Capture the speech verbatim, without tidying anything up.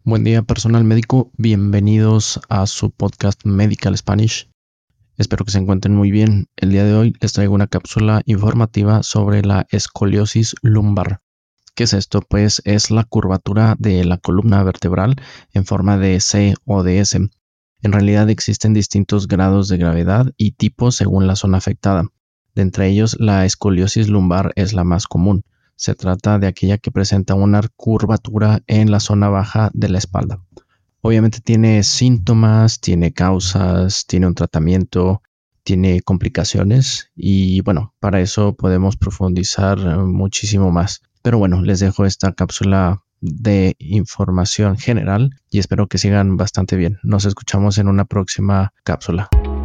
Buen día, personal médico. Bienvenidos a su podcast Medical Spanish. Espero que se encuentren muy bien. El día de hoy les traigo una cápsula informativa sobre la escoliosis lumbar. ¿Qué es esto? Pues es la curvatura de la columna vertebral en forma de C o de S. En realidad existen distintos grados de gravedad y tipos según la zona afectada. De entre ellos, la escoliosis lumbar es la más común. Se trata de aquella que presenta una curvatura en la zona baja de la espalda. Obviamente tiene síntomas, tiene causas, tiene un tratamiento, tiene complicaciones y bueno, para eso podemos profundizar muchísimo más. Pero bueno, les dejo esta cápsula de información general y espero que sigan bastante bien. Nos escuchamos en una próxima cápsula.